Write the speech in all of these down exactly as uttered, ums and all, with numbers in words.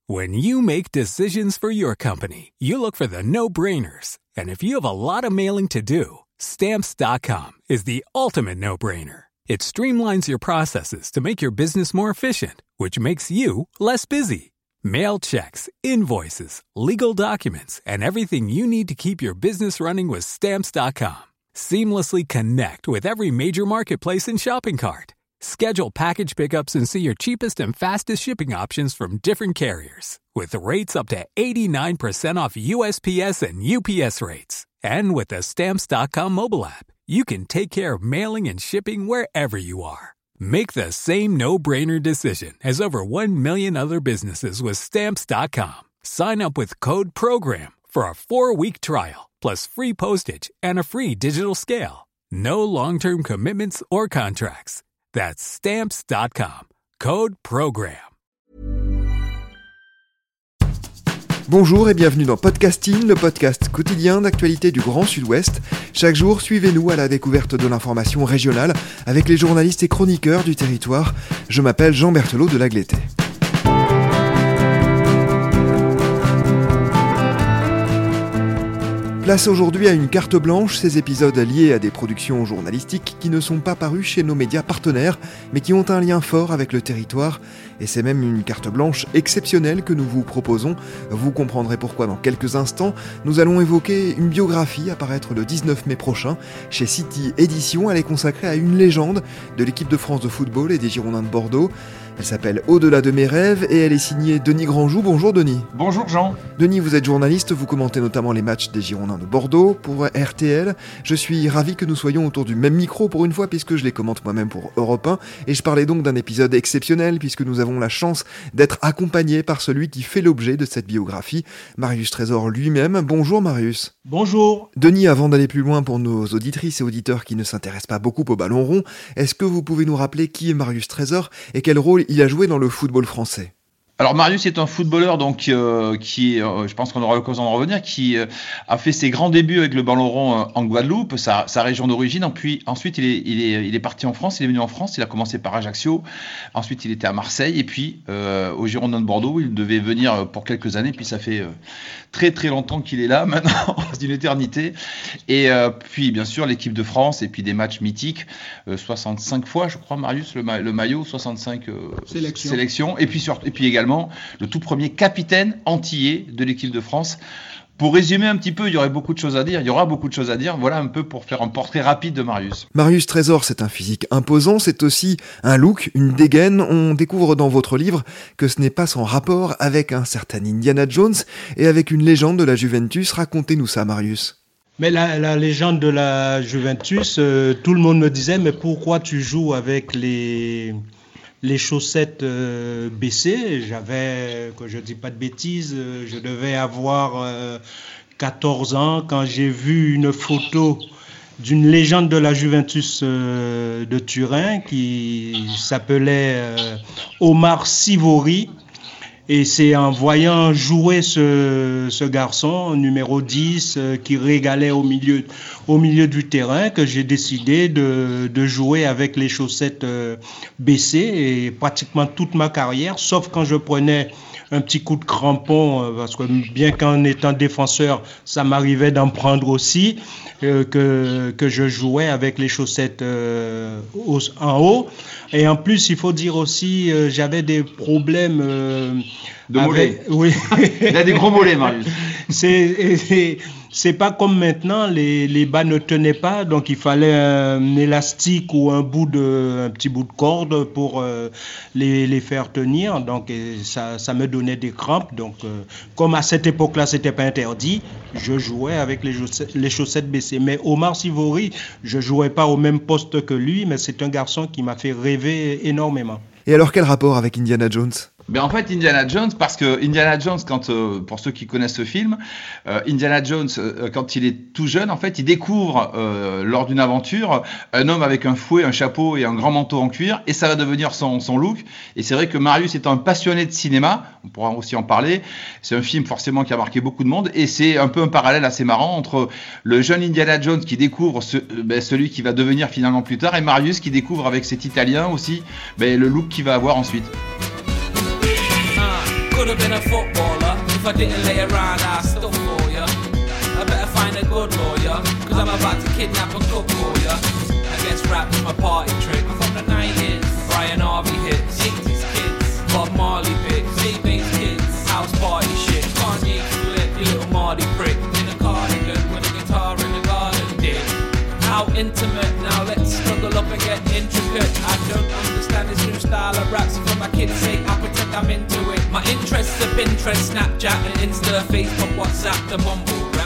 When you make decisions for your company, you look for the no-brainers. And if you have a lot of mailing to do, Stamps dot com is the ultimate no-brainer. It streamlines your processes to make your business more efficient, which makes you less busy. Mail checks, invoices, legal documents, and everything you need to keep your business running with Stamps dot com. Seamlessly connect with every major marketplace and shopping cart. Schedule package pickups and see your cheapest and fastest shipping options from different carriers. With rates up to eighty-nine percent off U S P S and U P S rates. And with the Stamps dot com mobile app, you can take care of mailing and shipping wherever you are. Make the same no-brainer decision as over one million other businesses with Stamps dot com. Sign up with code PROGRAM for a four-week trial, plus free postage and a free digital scale. No long-term commitments or contracts. That's Stamps dot com. Code PROGRAM. Bonjour et bienvenue dans Podcasting, le podcast quotidien d'actualité du Grand Sud-Ouest. Chaque jour, suivez-nous à la découverte de l'information régionale avec les journalistes et chroniqueurs du territoire. Je m'appelle Jean Berthelot de Lagleté. Place aujourd'hui à une carte blanche, ces épisodes liés à des productions journalistiques qui ne sont pas parus chez nos médias partenaires, mais qui ont un lien fort avec le territoire. Et c'est même une carte blanche exceptionnelle que nous vous proposons. Vous comprendrez pourquoi dans quelques instants. Nous allons évoquer une biographie à paraître le dix-neuf mai prochain. Chez City Éditions, elle est consacrée à une légende de l'équipe de France de football et des Girondins de Bordeaux. Elle s'appelle Au-delà de mes rêves et elle est signée Denis Grandjou. Bonjour Denis. Bonjour Jean. Denis, vous êtes journaliste, vous commentez notamment les matchs des Girondins de Bordeaux pour R T L. Je suis ravi que nous soyons autour du même micro pour une fois puisque je les commente moi-même pour Europe un. Et je parlais donc d'un épisode exceptionnel puisque nous avons la chance d'être accompagnés par celui qui fait l'objet de cette biographie, Marius Trésor lui-même. Bonjour Marius. Bonjour. Denis, avant d'aller plus loin pour nos auditrices et auditeurs qui ne s'intéressent pas beaucoup au ballon rond, est-ce que vous pouvez nous rappeler qui est Marius Trésor et quel rôle il a joué dans le football français? Alors Marius est un footballeur donc euh, qui, euh, je pense qu'on aura l'occasion d'en revenir, qui euh, a fait ses grands débuts avec le ballon rond euh, en Guadeloupe, sa, sa région d'origine. Puis ensuite il est, il est, il est parti en France, il est venu en France. Il a commencé par Ajaccio, ensuite il était à Marseille et puis euh, au Girondins de Bordeaux. Il devait venir pour quelques années. Puis ça fait euh, très très longtemps qu'il est là maintenant, c'est une éternité. Et euh, puis bien sûr l'équipe de France et puis des matchs mythiques, euh, soixante-cinq fois je crois Marius le, ma- le maillot, soixante-cinq euh, sélections. sélections. Et puis sur, et puis également le tout premier capitaine antillais de l'équipe de France. Pour résumer un petit peu, il y aurait beaucoup de choses à dire, il y aura beaucoup de choses à dire, voilà un peu pour faire un portrait rapide de Marius. Marius Trésor, c'est un physique imposant, c'est aussi un look, une dégaine. On découvre dans votre livre que ce n'est pas sans rapport avec un certain Indiana Jones et avec une légende de la Juventus. Racontez-nous ça, Marius. Mais la, la légende de la Juventus, euh, tout le monde me disait, mais pourquoi tu joues avec les... les chaussettes euh, baissées? J'avais, que je dis pas de bêtises, euh, je devais avoir euh, quatorze ans quand j'ai vu une photo d'une légende de la Juventus euh, de Turin qui s'appelait euh, Omar Sivori. Et c'est en voyant jouer ce, ce garçon, numéro dix, euh, qui régalait au milieu, au milieu du terrain, que j'ai décidé de, de jouer avec les chaussettes euh, baissées. Et pratiquement toute ma carrière, sauf quand je prenais un petit coup de crampon, euh, parce que bien qu'en étant défenseur, ça m'arrivait d'en prendre aussi, euh, que, que je jouais avec les chaussettes euh, au, en haut. Et en plus, il faut dire aussi, euh, j'avais des problèmes... Euh, de mollets. Oui. Il a des gros mollets, Marius. C'est, c'est, c'est pas comme maintenant, les, les bas ne tenaient pas, donc il fallait un élastique ou un bout de, un petit bout de corde pour euh, les, les faire tenir. Donc et ça, ça me donnait des crampes. Donc euh, comme à cette époque-là, c'était pas interdit, je jouais avec les chaussettes, les chaussettes baissées. Mais Omar Sivori, je jouais pas au même poste que lui, mais c'est un garçon qui m'a fait rêver énormément. Et alors, quel rapport avec Indiana Jones ? Ben en fait, Indiana Jones, parce que Indiana Jones, quand euh, pour ceux qui connaissent ce film, euh, Indiana Jones, euh, quand il est tout jeune, en fait, il découvre euh, lors d'une aventure un homme avec un fouet, un chapeau et un grand manteau en cuir, et ça va devenir son, son look. Et c'est vrai que Marius étant un passionné de cinéma, on pourra aussi en parler, c'est un film forcément qui a marqué beaucoup de monde, et c'est un peu un parallèle assez marrant entre le jeune Indiana Jones qui découvre ce, ben, celui qui va devenir finalement plus tard, et Marius qui découvre avec cet Italien aussi ben, le look qu'il va avoir ensuite. could have been a footballer. If I didn't lay around, I still for ya. I better find a good lawyer, cause I'm about to kidnap and cook for ya. I guess rap is my party trick. I'm from the nineties, Brian Harvey hits, eighties kids, Bob Marley picks, eighties kids, house party shit. Kanye flip, you little Marty prick. In a cardigan with a guitar in the garden, dig. How intimate, now let's struggle up and get intricate. I don't understand this new style of rap, so for my kids' sake, I pretend I'm into it. My interests are Pinterest, Snapchat, and Insta, Facebook, WhatsApp, the mumble rap.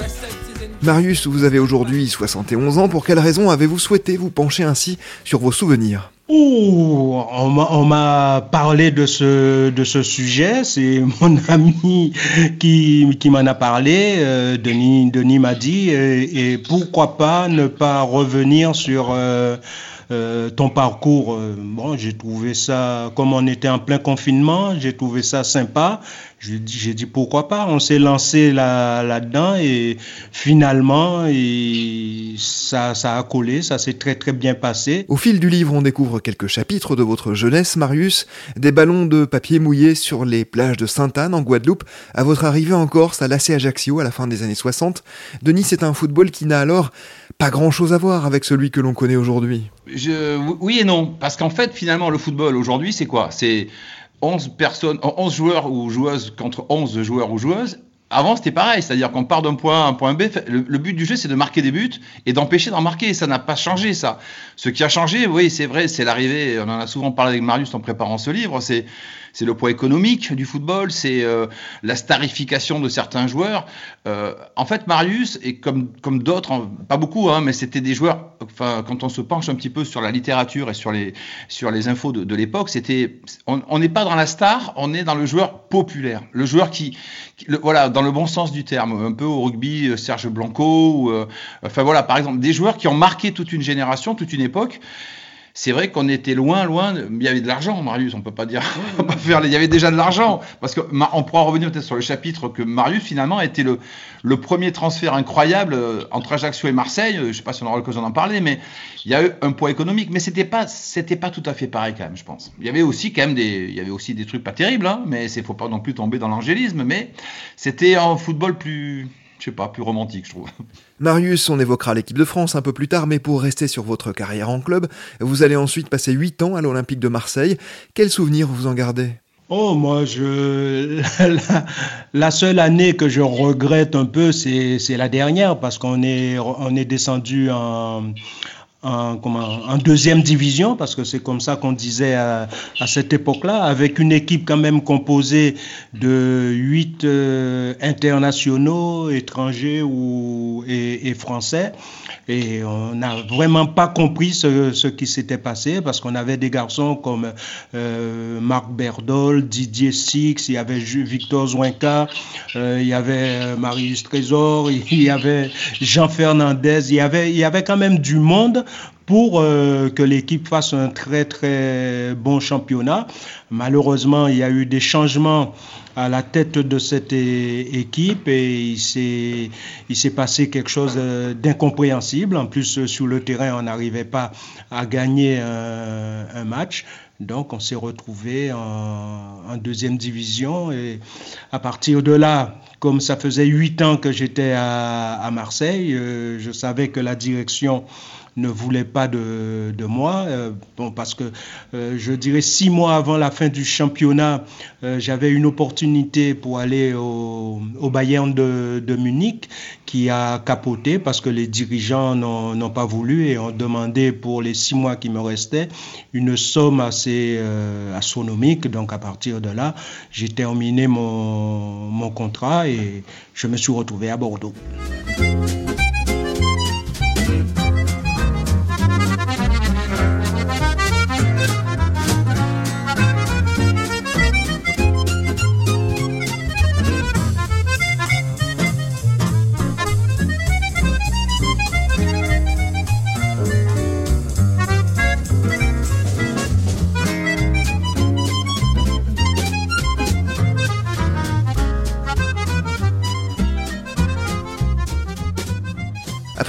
Marius, vous avez aujourd'hui soixante et onze ans. Pour quelle raison avez-vous souhaité vous pencher ainsi sur vos souvenirs ? Ouh, on m'a, on m'a parlé de ce, de ce sujet. C'est mon ami qui, qui m'en a parlé. Euh, Denis, Denis m'a dit, et, et pourquoi pas ne pas revenir sur euh, euh, ton parcours. Bon, j'ai trouvé ça, comme on était en plein confinement, j'ai trouvé ça sympa. J'ai dit, j'ai dit pourquoi pas, on s'est lancé là, là-dedans et finalement et ça, ça a collé, ça s'est très très bien passé. Au fil du livre, on découvre quelques chapitres de votre jeunesse, Marius, des ballons de papier mouillés sur les plages de Sainte-Anne en Guadeloupe, à votre arrivée en Corse à l'A C Ajaccio à la fin des années soixante. Denis, c'est un football qui n'a alors pas grand-chose à voir avec celui que l'on connaît aujourd'hui. Je, oui et non, parce qu'en fait, finalement, le football aujourd'hui, c'est quoi ? C'est onze personnes, onze joueurs ou joueuses contre onze joueurs ou joueuses. Avant, c'était pareil, c'est-à-dire qu'on part d'un point A à un point B. Le, le but du jeu, c'est de marquer des buts et d'empêcher d'en marquer. Ça n'a pas changé, ça. Ce qui a changé, oui, c'est vrai, c'est l'arrivée, on en a souvent parlé avec Marius en préparant ce livre, c'est, c'est le poids économique du football, c'est euh, la starification de certains joueurs. Euh, en fait, Marius, et comme, comme d'autres, pas beaucoup, hein, mais c'était des joueurs, enfin, quand on se penche un petit peu sur la littérature et sur les, sur les infos de, de l'époque, c'était, on n'est pas dans la star, on est dans le joueur populaire. Le joueur qui, qui le, voilà, dans le bon sens du terme, un peu au rugby, Serge Blanco, ou, euh, enfin voilà, par exemple, des joueurs qui ont marqué toute une génération, toute une époque. C'est vrai qu'on était loin, loin, de... il y avait de l'argent, Marius, on peut pas dire, on peut pas faire, il y avait déjà de l'argent, parce que on pourra revenir peut-être sur le chapitre que Marius finalement a été le, le premier transfert incroyable entre Ajaccio et Marseille. Je sais pas si on aura l'occasion d'en parler, mais il y a eu un poids économique, mais c'était pas, c'était pas tout à fait pareil quand même, je pense. Il y avait aussi quand même des, il y avait aussi des trucs pas terribles, hein, mais c'est, faut pas non plus tomber dans l'angélisme, mais c'était un football plus, je sais pas, plus romantique, je trouve. Marius, on évoquera l'équipe de France un peu plus tard, mais pour rester sur votre carrière en club, vous allez ensuite passer huit ans à l'Olympique de Marseille. Quels souvenirs vous en gardez ? Oh, moi, je la, la seule année que je regrette un peu, c'est, c'est la dernière, parce qu'on est, on est descendu en... En, comment, en deuxième division, parce que c'est comme ça qu'on disait à, à cette époque-là, avec une équipe quand même composée de huit euh, internationaux, étrangers ou, et, et français. Et on n'a vraiment pas compris ce, ce qui s'était passé, parce qu'on avait des garçons comme euh, Marc Berdol, Didier Six, il y avait Victor Zouinka, euh, il y avait Marius Trésor, il y avait Jean Fernandez, il y avait, il y avait quand même du monde pour euh, que l'équipe fasse un très très bon championnat. Malheureusement, il y a eu des changements à la tête de cette é- équipe et il s'est, il s'est passé quelque chose d'incompréhensible. En plus, sur le terrain, on n'arrivait pas à gagner un, un match. Donc, on s'est retrouvé en, en deuxième division et à partir de là, comme ça faisait huit ans que j'étais à, à Marseille, euh, je savais que la direction ne voulait pas de, de moi, euh, bon, parce que euh, je dirais six mois avant la fin du championnat, euh, j'avais une opportunité pour aller au, au Bayern de, de Munich qui a capoté parce que les dirigeants n'ont, n'ont pas voulu et ont demandé pour les six mois qui me restaient une somme assez euh, astronomique. Donc à partir de là, j'ai terminé mon, mon contrat et je me suis retrouvé à Bordeaux.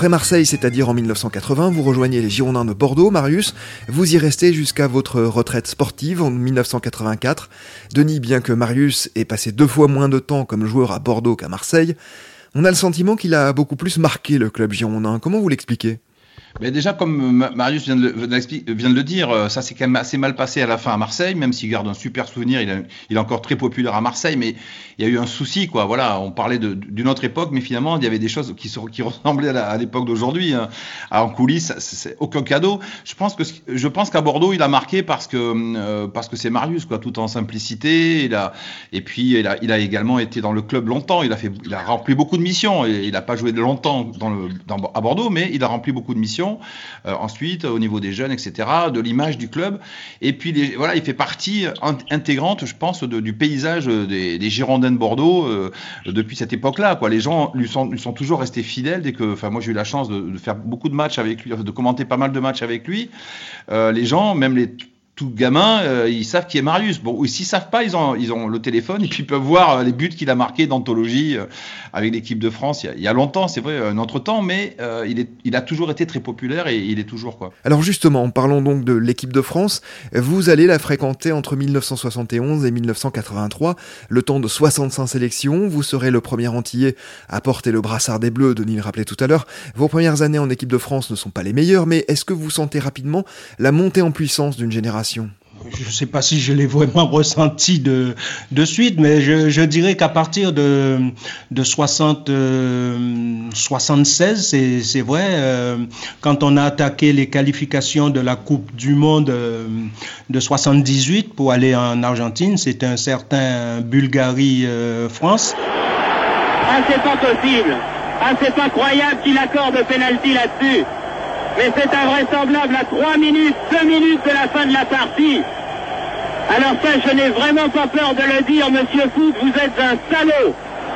Après Marseille, c'est-à-dire en mille neuf cent quatre-vingts, vous rejoignez les Girondins de Bordeaux, Marius. Vous y restez jusqu'à votre retraite sportive en mille neuf cent quatre-vingt-quatre. Denis, bien que Marius ait passé deux fois moins de temps comme joueur à Bordeaux qu'à Marseille, on a le sentiment qu'il a beaucoup plus marqué le club girondin. Comment vous l'expliquez ? Mais déjà, comme Marius vient de, le, vient de le dire, ça s'est quand même assez mal passé à la fin à Marseille, même s'il garde un super souvenir, il, a, il est encore très populaire à Marseille, mais il y a eu un souci, quoi. Voilà, on parlait de, d'une autre époque, mais finalement, il y avait des choses qui, qui ressemblaient à, la, à l'époque d'aujourd'hui. Hein. En coulisses, c'est, c'est aucun cadeau. Je pense que je pense qu'à Bordeaux, il a marqué parce que euh, parce que c'est Marius, quoi, tout en simplicité. Il a et puis il a, il a également été dans le club longtemps. Il a fait, il a rempli beaucoup de missions. Et il n'a pas joué longtemps dans le, dans, à Bordeaux, mais il a rempli beaucoup de missions. Euh, ensuite, au niveau des jeunes, et cetera, de l'image du club. Et puis, les, voilà, il fait partie intégrante, je pense, de, du paysage des, des Girondins de Bordeaux euh, depuis cette époque-là. Quoi. Les gens lui sont, lui sont toujours restés fidèles. Dès que, enfin, moi, j'ai eu la chance de, de faire beaucoup de matchs avec lui, de commenter pas mal de matchs avec lui. Euh, les gens, même les tout gamins, euh, ils savent qui est Marius. Bon, ou s'ils savent pas, ils ont, ils ont le téléphone et puis ils peuvent voir euh, les buts qu'il a marqués d'anthologie euh, avec l'équipe de France. Il y a, il y a longtemps, c'est vrai, un autre temps, mais euh, il, est, il a toujours été très populaire et il est toujours, quoi. Alors justement, parlons donc de l'équipe de France. Vous allez la fréquenter entre mille neuf cent soixante et onze et mille neuf cent quatre-vingt-trois, le temps de soixante-cinq sélections. Vous serez le premier Antillais à porter le brassard des Bleus, Denis le rappelait tout à l'heure. Vos premières années en équipe de France ne sont pas les meilleures, mais est-ce que vous sentez rapidement la montée en puissance d'une génération ? Je ne sais pas si je l'ai vraiment ressenti de, de suite, mais je, je dirais qu'à partir de, de soixante, euh, soixante-seize, c'est, c'est vrai, euh, quand on a attaqué les qualifications de la Coupe du Monde euh, de soixante-dix-huit pour aller en Argentine, c'était un certain Bulgarie-France. Euh, ah, c'est pas possible. Ah, c'est pas croyable qu'il accorde le pénalty là-dessus. Mais c'est invraisemblable à trois minutes, deux minutes de la fin de la partie. Alors ça, je n'ai vraiment pas peur de le dire, monsieur Foot, vous êtes un salaud.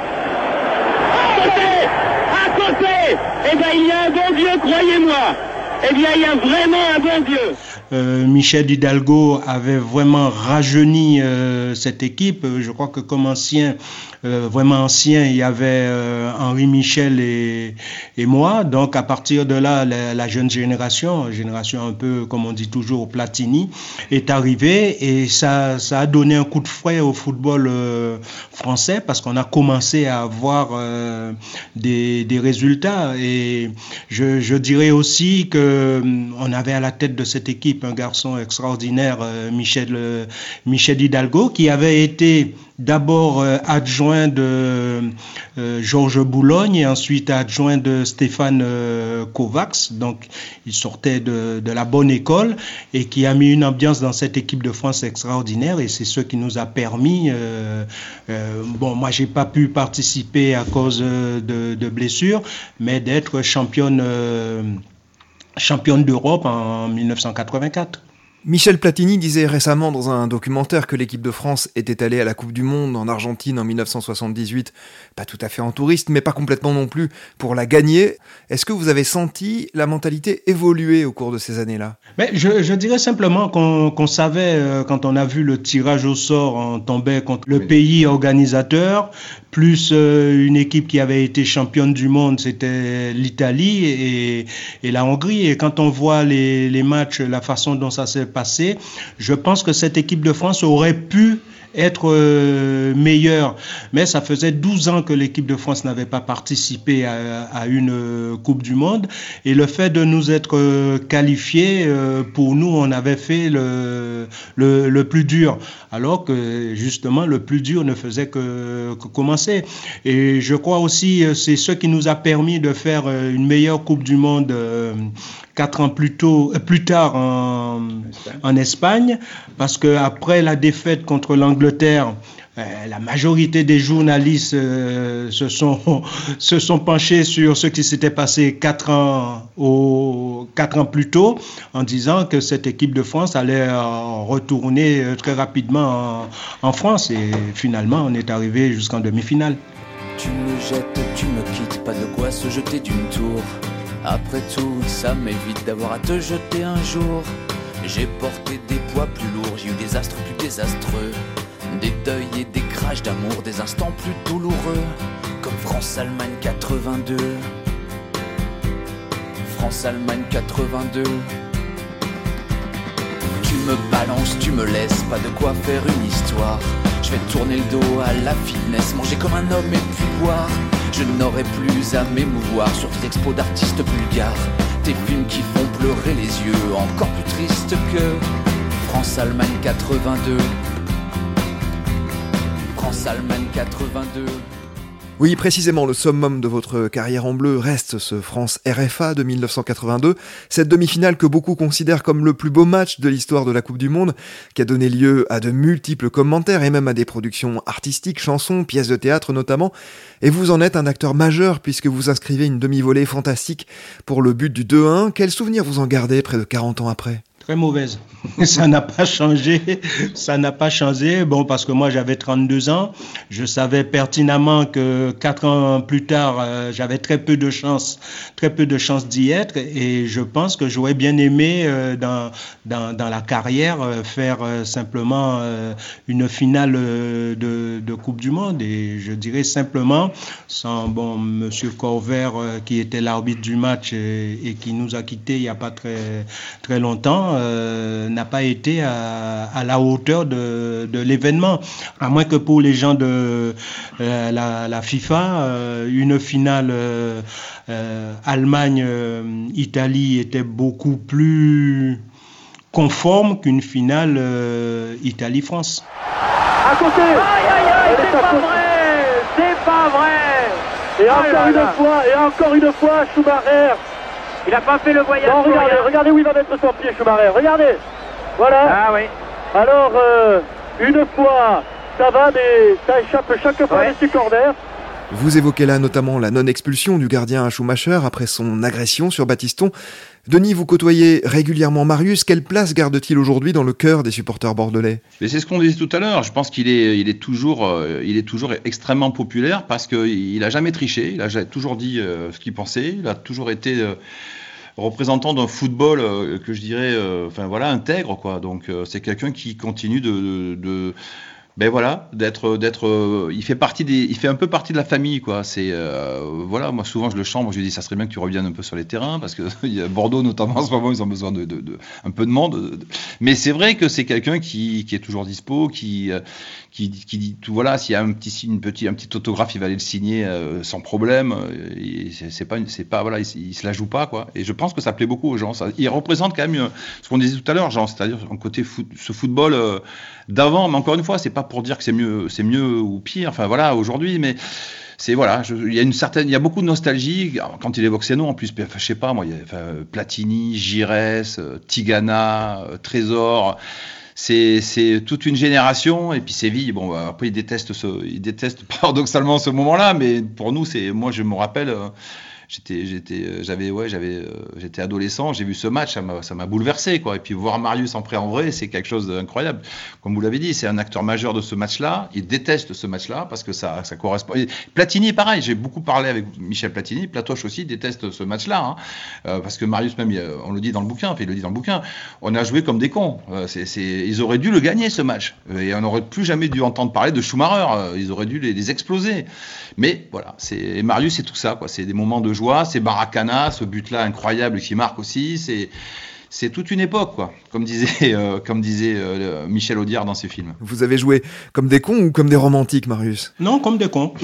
À côté, à côté, eh bien il y a un bon Dieu, croyez-moi. Eh bien il y a vraiment un bon Dieu. Euh, Michel Hidalgo avait vraiment rajeuni euh, cette équipe. Je crois que comme ancien, euh, vraiment ancien, il y avait euh, Henri Michel et, et moi. Donc à partir de là, la, la jeune génération, génération un peu comme on dit toujours Platini, est arrivée et ça, ça a donné un coup de fouet au football euh, français parce qu'on a commencé à avoir euh, des, des résultats. Et je, je dirais aussi que on avait à la tête de cette équipe un garçon extraordinaire, euh, Michel, euh, Michel Hidalgo, qui avait été d'abord euh, adjoint de euh, Georges Boulogne et ensuite adjoint de Stéphane euh, Kovacs. Donc, il sortait de, de la bonne école et qui a mis une ambiance dans cette équipe de France extraordinaire et c'est ce qui nous a permis... Euh, euh, bon, moi, j'ai pas pu participer à cause de, de blessures, mais d'être championne... Euh, championne d'Europe en dix-neuf cent quatre-vingt-quatre. Michel Platini disait récemment dans un documentaire que l'équipe de France était allée à la Coupe du Monde en Argentine en dix-neuf cent soixante-dix-huit, pas tout à fait en touriste, mais pas complètement non plus, pour la gagner. Est-ce que vous avez senti la mentalité évoluer au cours de ces années-là ? Mais je, je dirais simplement qu'on, qu'on savait, euh, quand on a vu le tirage au sort, on tombait contre le pays organisateur, plus euh, une équipe qui avait été championne du monde, c'était l'Italie et, et la Hongrie. Et quand on voit les, les matchs, la façon dont ça s'est passé, je pense que cette équipe de France aurait pu être euh, meilleure. Mais ça faisait douze ans que l'équipe de France n'avait pas participé à, à une euh, Coupe du Monde. Et le fait de nous être euh, qualifiés, euh, pour nous, on avait fait le, le, le plus dur. Alors que, justement, le plus dur ne faisait que, que commencer. Et je crois aussi, c'est ce qui nous a permis de faire une meilleure Coupe du Monde euh, quatre ans plus tôt, euh, plus tard en, en Espagne. Parce que après la défaite contre l'Angleterre, Euh, la majorité des journalistes euh, se sont se sont penchés sur ce qui s'était passé quatre ans au quatre ans plus tôt, en disant que cette équipe de France allait euh, retourner euh, très rapidement en, en France. Et finalement, on est arrivé jusqu'en demi-finale. Tu me jettes, tu me quittes, pas de quoi se jeter d'une tour. Après tout, ça m'évite d'avoir à te jeter un jour. J'ai porté des poids plus lourds, j'ai eu des astres plus désastreux. Des deuils et des crashs d'amour, des instants plus douloureux, comme France-Allemagne quatre-vingt-deux. France-Allemagne quatre-vingt-deux. Tu me balances, tu me laisses, pas de quoi faire une histoire. Je vais tourner le dos à la fitness, manger comme un homme et puis boire. Je n'aurai plus à m'émouvoir sur tes expos d'artistes bulgares. Tes films qui font pleurer les yeux, encore plus tristes que France-Allemagne quatre-vingt-deux. France-Allemagne quatre-vingt-deux. Oui, précisément, le summum de votre carrière en bleu reste ce France-R F A de dix-neuf cent quatre-vingt-deux, cette demi-finale que beaucoup considèrent comme le plus beau match de l'histoire de la Coupe du Monde, qui a donné lieu à de multiples commentaires et même à des productions artistiques, chansons, pièces de théâtre notamment, et vous en êtes un acteur majeur puisque vous inscrivez une demi-volée fantastique pour le but du deux un. Quel souvenir vous en gardez près de quarante ans après ? Très mauvaise. Ça n'a pas changé. Ça n'a pas changé. Bon, parce que moi, j'avais trente-deux ans. Je savais pertinemment que quatre ans plus tard, euh, j'avais très peu de chance, très peu de chance d'y être. Et je pense que j'aurais bien aimé, euh, dans, dans, dans la carrière, euh, faire euh, simplement euh, une finale euh, de, de Coupe du Monde. Et je dirais simplement, sans, bon, Monsieur Corvert, euh, qui était l'arbitre du match et, et qui nous a quittés il n'y a pas très, très longtemps, Euh, n'a pas été à, à la hauteur de, de l'événement. À moins que pour les gens de euh, la, la FIFA, euh, une finale euh, euh, Allemagne-Italie était beaucoup plus conforme qu'une finale euh, Italie-France. À côté. Aïe, aïe, aïe, c'est pas vrai. C'est pas vrai. Et encore aïe, une fois, et encore une fois, Schumacher. Il n'a pas fait le voyage. Non, regardez, rien. regardez où il va mettre son pied, Schumacher. Regardez. Voilà. Ah oui. Alors, euh, une fois, ça va, mais ça échappe chaque fois ouais. des corners. Vous évoquez là notamment la non-expulsion du gardien à Schumacher après son agression sur Battiston. Denis, vous côtoyez régulièrement Marius. Quelle place garde-t-il aujourd'hui dans le cœur des supporters bordelais ? Mais c'est ce qu'on disait tout à l'heure. Je pense qu'il est, il est toujours, euh, il est toujours extrêmement populaire parce qu'il n'a jamais triché. Il a toujours dit euh, ce qu'il pensait. Il a toujours été euh, représentant d'un football euh, que je dirais, euh, enfin voilà, intègre quoi. Donc euh, c'est quelqu'un qui continue de, de, de ben voilà, d'être, d'être, euh, il fait partie des, il fait un peu partie de la famille, quoi. C'est, euh, voilà, moi souvent je le chante, moi je lui dis, ça serait bien que tu reviennes un peu sur les terrains, parce que il y a Bordeaux notamment en ce moment, ils ont besoin de, de, de un peu de monde. Mais c'est vrai que c'est quelqu'un qui, qui est toujours dispo, qui, qui, qui dit tout, voilà, s'il y a un petit signe, une petite, un petit autographe, il va aller le signer euh, sans problème. Et c'est, c'est pas, c'est pas, voilà, il, il se la joue pas, quoi. Et je pense que ça plaît beaucoup aux gens. Ça, il représente quand même ce qu'on disait tout à l'heure, genre, c'est-à-dire un côté foot, ce football euh, d'avant. Mais encore une fois, c'est pas pour dire que c'est mieux, c'est mieux ou pire. Enfin voilà, aujourd'hui, mais c'est voilà, je, il y a une certaine, il y a beaucoup de nostalgie quand il évoque ces noms. En plus, enfin, je sais pas, moi, il y a enfin, Platini, Giresse, Tigana, Trésor. C'est, c'est toute une génération. Et puis Séville. Bon, après, ils détestent ce, ils détestent paradoxalement ce moment-là, mais pour nous, c'est, moi, je me rappelle. J'étais, j'étais, j'avais, ouais, j'avais, euh, j'étais adolescent, j'ai vu ce match, ça m'a, ça m'a bouleversé, quoi. Et puis voir Marius en prêt en vrai, c'est quelque chose d'incroyable. Comme vous l'avez dit, c'est un acteur majeur de ce match-là. Il déteste ce match-là parce que ça, ça correspond. Et Platini, pareil. J'ai beaucoup parlé avec Michel Platini. Platoche aussi déteste ce match-là, hein, euh, parce que Marius même, on le dit dans le bouquin, enfin, il le dit dans le bouquin. On a joué comme des cons. Euh, c'est, c'est, ils auraient dû le gagner ce match, et on n'aurait plus jamais dû entendre parler de Schumacher. Euh, ils auraient dû les, les exploser. Mais voilà, c'est et Marius, c'est tout ça, quoi. C'est des moments de joie, c'est Baracana, ce but-là incroyable qui marque aussi, c'est, c'est toute une époque, quoi. Comme disait, euh, comme disait euh, Michel Audiard dans ses films. Vous avez joué comme des cons ou comme des romantiques, Marius ? Non, comme des cons.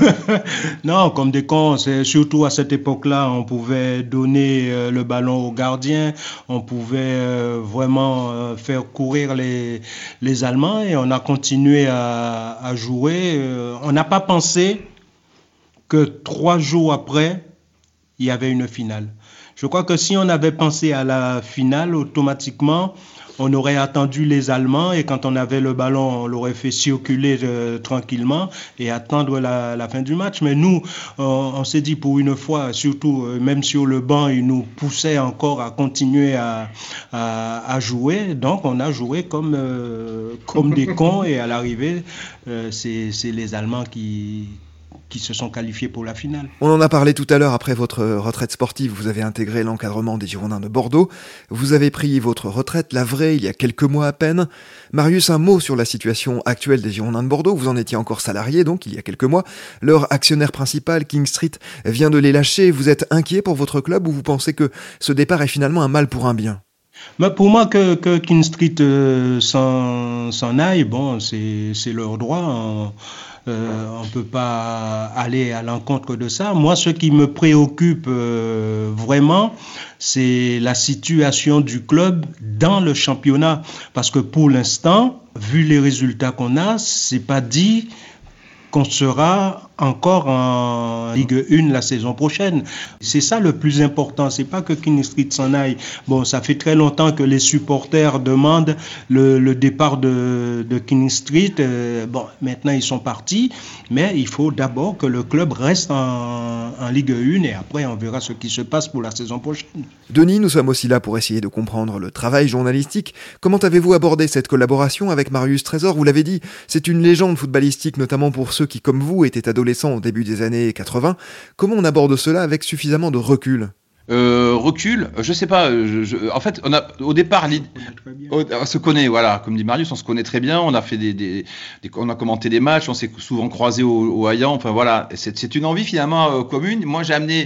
Non, comme des cons. C'est surtout à cette époque-là, on pouvait donner euh, le ballon au gardien, on pouvait euh, vraiment euh, faire courir les, les Allemands, et on a continué à, à jouer. Euh, on n'a pas pensé que trois jours après, il y avait une finale. Je crois que si on avait pensé à la finale, automatiquement, on aurait attendu les Allemands, et quand on avait le ballon, on l'aurait fait circuler euh, tranquillement et attendre la, la fin du match. Mais nous, on, on s'est dit pour une fois, surtout euh, même sur le banc, ils nous poussaient encore à continuer à, à, à jouer. Donc on a joué comme, euh, comme des cons, et à l'arrivée, euh, c'est, c'est les Allemands qui... qui se sont qualifiés pour la finale. On en a parlé tout à l'heure, après votre retraite sportive, vous avez intégré l'encadrement des Girondins de Bordeaux. Vous avez pris votre retraite, la vraie, il y a quelques mois à peine. Marius, un mot sur la situation actuelle des Girondins de Bordeaux. Vous en étiez encore salarié, donc, il y a quelques mois. Leur actionnaire principal, King Street, vient de les lâcher. Vous êtes inquiet pour votre club ou vous pensez que ce départ est finalement un mal pour un bien ? Mais pour moi, que, que King Street euh, s'en, s'en aille, bon, c'est, c'est leur droit. Hein. Euh, on ne peut pas aller à l'encontre de ça. Moi, ce qui me préoccupe euh, vraiment, c'est la situation du club dans le championnat. Parce que pour l'instant, vu les résultats qu'on a, c'est pas dit qu'on sera encore en Ligue un la saison prochaine. C'est ça le plus important, c'est pas que King Street s'en aille. Bon, ça fait très longtemps que les supporters demandent le, le départ de, de King Street. Euh, bon, maintenant ils sont partis, mais il faut d'abord que le club reste en, en Ligue un et après on verra ce qui se passe pour la saison prochaine. Denis, nous sommes aussi là pour essayer de comprendre le travail journalistique. Comment avez-vous abordé cette collaboration avec Marius Trésor ? Vous l'avez dit, c'est une légende footballistique, notamment pour ceux qui, comme vous, étaient adolescents au début des années quatre-vingts. Comment on aborde cela avec suffisamment de recul ? Euh, recul, je sais pas. Je, je, en fait, on a au départ, on, on se connaît, voilà, comme dit Marius, on se connaît très bien. On a fait des, des, des on a commenté des matchs, on s'est souvent croisés au, au Hayan. Enfin voilà, c'est, c'est une envie finalement euh, commune. Moi, j'ai amené.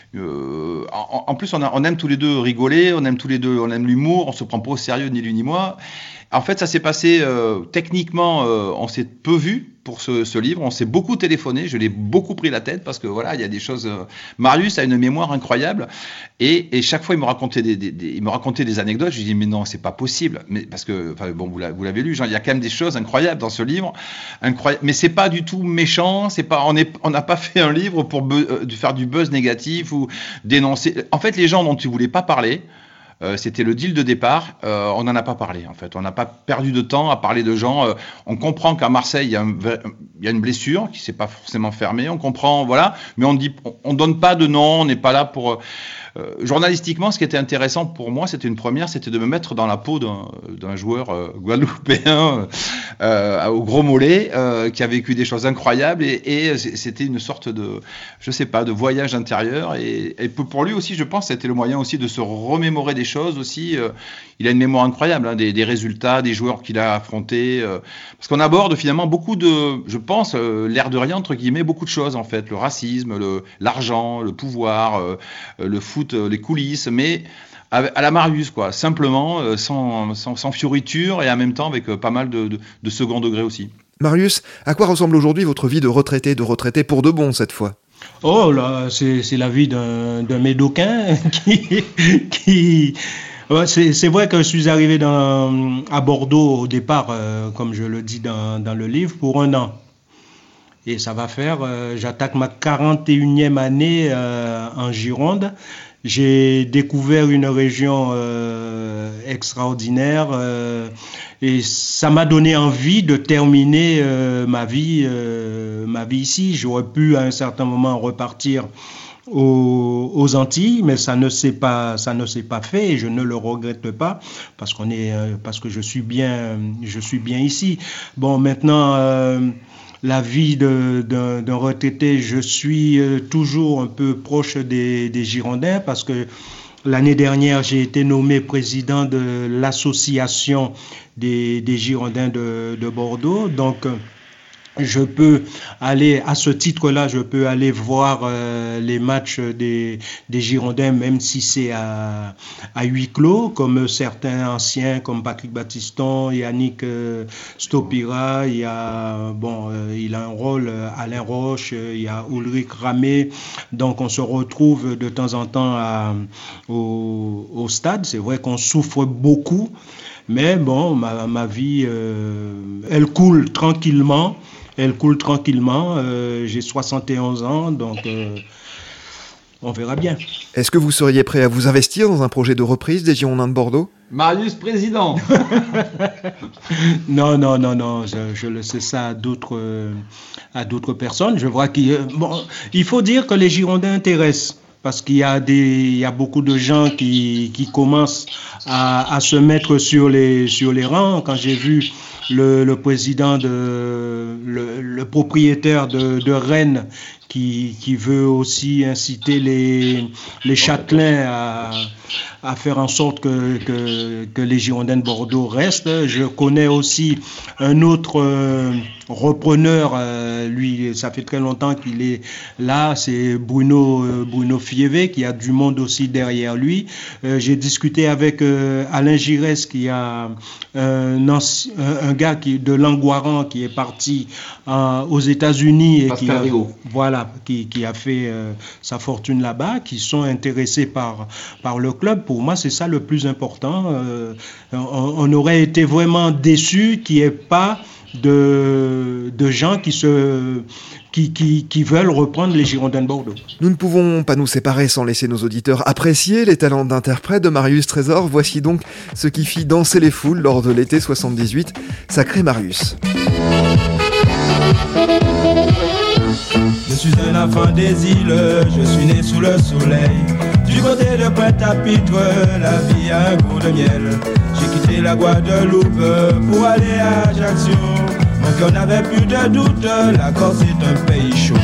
Euh, en, en plus, on, a, on aime tous les deux rigoler, on aime tous les deux, on aime l'humour, on se prend pas au sérieux ni lui ni moi. En fait, ça s'est passé euh, techniquement, euh, on s'est peu vu pour ce, ce livre, on s'est beaucoup téléphoné, je l'ai beaucoup pris la tête parce que voilà, il y a des choses. Euh, Marius a une mémoire incroyable et, et chaque fois il me racontait des, des, des, il me racontait des anecdotes. Je lui dis mais non, c'est pas possible, mais parce que enfin bon, vous, la, vous l'avez lu, genre, il y a quand même des choses incroyables dans ce livre, incroyable. Mais c'est pas du tout méchant, c'est pas, on est, on n'a pas fait un livre pour bu, euh, faire du buzz négatif ou dénoncer. En fait, les gens dont tu voulais pas parler. Euh, c'était le deal de départ, euh, on n'en a pas parlé en fait, on n'a pas perdu de temps à parler de gens, euh, on comprend qu'à Marseille il y a, un, il y a une blessure qui ne s'est pas forcément fermée, on comprend, voilà, mais on dit, on ne donne pas de nom, on n'est pas là pour... Euh, journalistiquement, ce qui était intéressant pour moi, c'était une première, c'était de me mettre dans la peau d'un, d'un joueur euh, guadeloupéen euh, au gros mollet, euh, qui a vécu des choses incroyables et, et c'était une sorte de, je sais pas, de voyage intérieur et, et pour lui aussi, je pense, c'était le moyen aussi de se remémorer des choses aussi. Euh, il a une mémoire incroyable, hein, des, des résultats, des joueurs qu'il a affrontés, euh, parce qu'on aborde finalement beaucoup de, je pense, euh, l'air de rien entre guillemets, beaucoup de choses en fait, le racisme, le, l'argent, le pouvoir, euh, le foot, les coulisses, mais à la Marius, quoi, simplement, sans, sans, sans fioriture et en même temps avec pas mal de, de, de second degré aussi. Marius, à quoi ressemble aujourd'hui votre vie de retraité, de retraité pour de bon cette fois ? Oh là, c'est, c'est la vie d'un, d'un médocain qui... qui... Ouais, c'est, c'est vrai que je suis arrivé dans, à Bordeaux au départ, euh, comme je le dis dans, dans le livre, pour un an. Et ça va faire, euh, j'attaque ma quarante et unième année euh, en Gironde. J'ai découvert une région euh, extraordinaire euh, et ça m'a donné envie de terminer euh, ma vie, euh, ma vie ici. J'aurais pu à un certain moment repartir aux, aux Antilles, mais ça ne s'est pas, ça ne s'est pas fait et je ne le regrette pas parce qu'on est, euh, parce que je suis bien, je suis bien ici. Bon, maintenant. Euh, La vie de, d'un, d'un retraité, je suis euh, toujours un peu proche des, des Girondins parce que l'année dernière, j'ai été nommé président de l'association des, des Girondins de, de Bordeaux. Donc, euh, je peux aller, à ce titre-là, je peux aller voir euh, les matchs des, des Girondins, même si c'est à, à huis clos, comme certains anciens, comme Patrick Battiston, Yannick euh, Stopira, il y a, bon, euh, il a un rôle, euh, Alain Roche, euh, il y a Ulrich Ramé, donc on se retrouve de temps en temps à, au, au stade. C'est vrai qu'on souffre beaucoup, mais bon, ma, ma vie, euh, elle coule tranquillement. Elle coule tranquillement, euh, j'ai soixante et onze ans, donc euh, on verra bien. Est-ce que vous seriez prêt à vous investir dans un projet de reprise des Girondins de Bordeaux ? Marius, président. Non, non, non, non, je, je laisse ça à d'autres, euh, à d'autres personnes. Je vois qu'il, bon, il faut dire que les Girondins intéressent. parce qu'il y a des, il y a beaucoup de gens qui, qui commencent à, à se mettre sur les, sur les rangs. Quand j'ai vu le, le président de, le, le propriétaire de, de Rennes qui, qui veut aussi inciter les, les Châtelains à, à faire en sorte que, que, que les Girondins de Bordeaux restent. Je connais aussi un autre euh, repreneur, euh, lui, ça fait très longtemps qu'il est là, c'est Bruno, euh, Bruno Fievé, qui a du monde aussi derrière lui. Euh, j'ai discuté avec euh, Alain Giresse, qui a un, ancien, un, un gars qui, de Langoiran qui est parti euh, aux États-Unis et qui a, voilà, qui, qui a fait euh, sa fortune là-bas, qui sont intéressés par, par le club. Pour moi, c'est ça le plus important. Euh, on, on aurait été vraiment déçus qu'il n'y ait pas de, de gens qui, se, qui, qui, qui veulent reprendre les Girondins de Bordeaux. Nous ne pouvons pas nous séparer sans laisser nos auditeurs apprécier les talents d'interprète de Marius Trésor. Voici donc ce qui fit danser les foules lors de l'été soixante-dix-huit. Sacré Marius. Je suis un enfant des îles, je suis né sous le soleil. Du côté de Pointe-à-Pitre, la vie a un goût de miel. J'ai quitté la Guadeloupe pour aller à Ajaccio. Mon cœur n'avait plus de doute, la Corse est un pays chaud.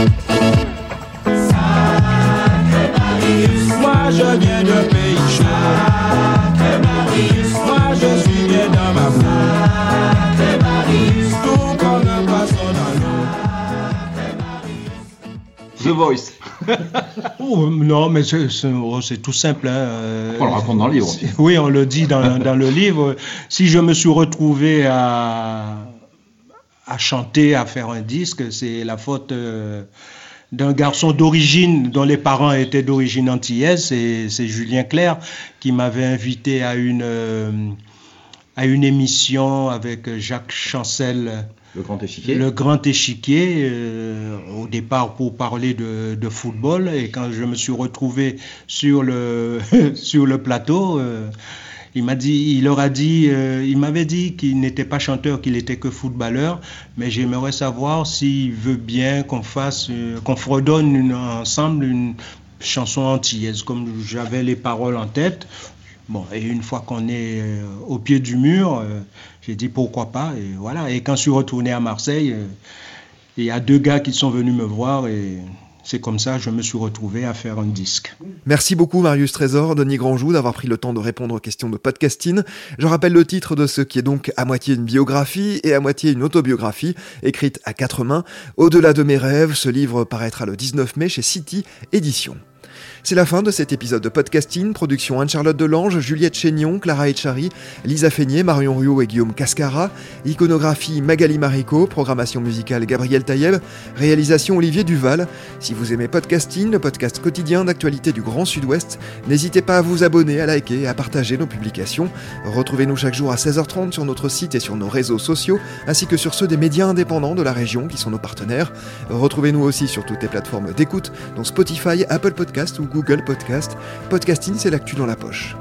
Sacré Marius, moi je viens d'un pays chaud. Sacré Marius, moi je suis bien dans ma peau. Sacré Marius, tout comme un poisson dans l'eau. The Voice. Oh, non, mais c'est, c'est, c'est tout simple. Hein. On le raconte dans le livre aussi. Oui, on le dit dans, dans le livre. Si je me suis retrouvé à, à chanter, à faire un disque, c'est la faute euh, d'un garçon d'origine, dont les parents étaient d'origine antillaise. C'est, c'est Julien Clerc qui m'avait invité à une, euh, à une émission avec Jacques Chancel. Le Grand Échiquier. Le Grand Échiquier, euh, au départ pour parler de, de football. Et quand je me suis retrouvé sur le, sur le plateau, euh, il m'a dit, il leur a dit, euh, il m'avait dit qu'il n'était pas chanteur, qu'il était que footballeur. Mais j'aimerais savoir s'il veut bien qu'on fasse, euh, qu'on fredonne une, ensemble une chanson antillaise, comme j'avais les paroles en tête. Bon, et une fois qu'on est euh, au pied du mur, euh, j'ai dit pourquoi pas, et voilà. Et quand je suis retourné à Marseille, euh, il y a deux gars qui sont venus me voir, et c'est comme ça que je me suis retrouvé à faire un disque. Merci beaucoup Marius Trésor, Denis Grandjou, d'avoir pris le temps de répondre aux questions de podcasting. Je rappelle le titre de ce qui est donc à moitié une biographie et à moitié une autobiographie, écrite à quatre mains. Au-delà de mes rêves, ce livre paraîtra le dix-neuf mai chez City Éditions. C'est la fin de cet épisode de podcasting, production Anne-Charlotte Delange, Juliette Chénion, Clara Etchari, Lisa Feignet, Marion Ruot et Guillaume Cascara, iconographie Magali Marico, programmation musicale Gabriel Taïeb, réalisation Olivier Duval. Si vous aimez podcasting, le podcast quotidien d'actualité du Grand Sud-Ouest, n'hésitez pas à vous abonner, à liker et à partager nos publications. Retrouvez-nous chaque jour à seize heures trente sur notre site et sur nos réseaux sociaux, ainsi que sur ceux des médias indépendants de la région qui sont nos partenaires. Retrouvez-nous aussi sur toutes les plateformes d'écoute, dont Spotify, Apple Podcast ou Google Podcast. Podcasting, c'est l'actu dans la poche.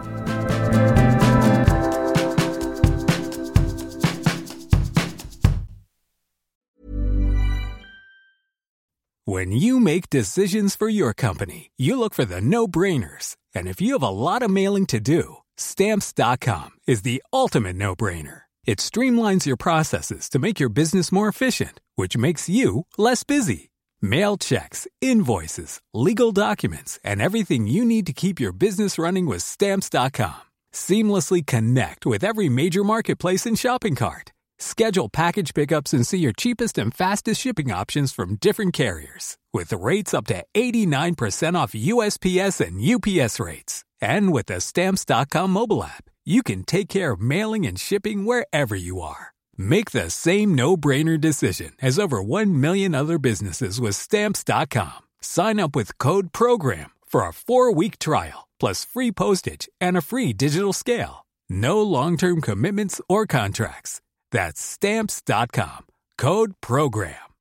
When you make decisions for your company, you look for the no-brainers. And if you have a lot of mailing to do, Stamps dot com is the ultimate no-brainer. It streamlines your processes to make your business more efficient, which makes you less busy. Mail checks, invoices, legal documents, and everything you need to keep your business running with Stamps dot com. Seamlessly connect with every major marketplace and shopping cart. Schedule package pickups and see your cheapest and fastest shipping options from different carriers. With rates up to eighty-nine percent off U S P S and U P S rates. And with the Stamps dot com mobile app, you can take care of mailing and shipping wherever you are. Make the same no-brainer decision as over one million other businesses with Stamps dot com. Sign up with code PROGRAM for a four-week trial, plus free postage and a free digital scale. No long-term commitments or contracts. That's Stamps dot com. Code PROGRAM.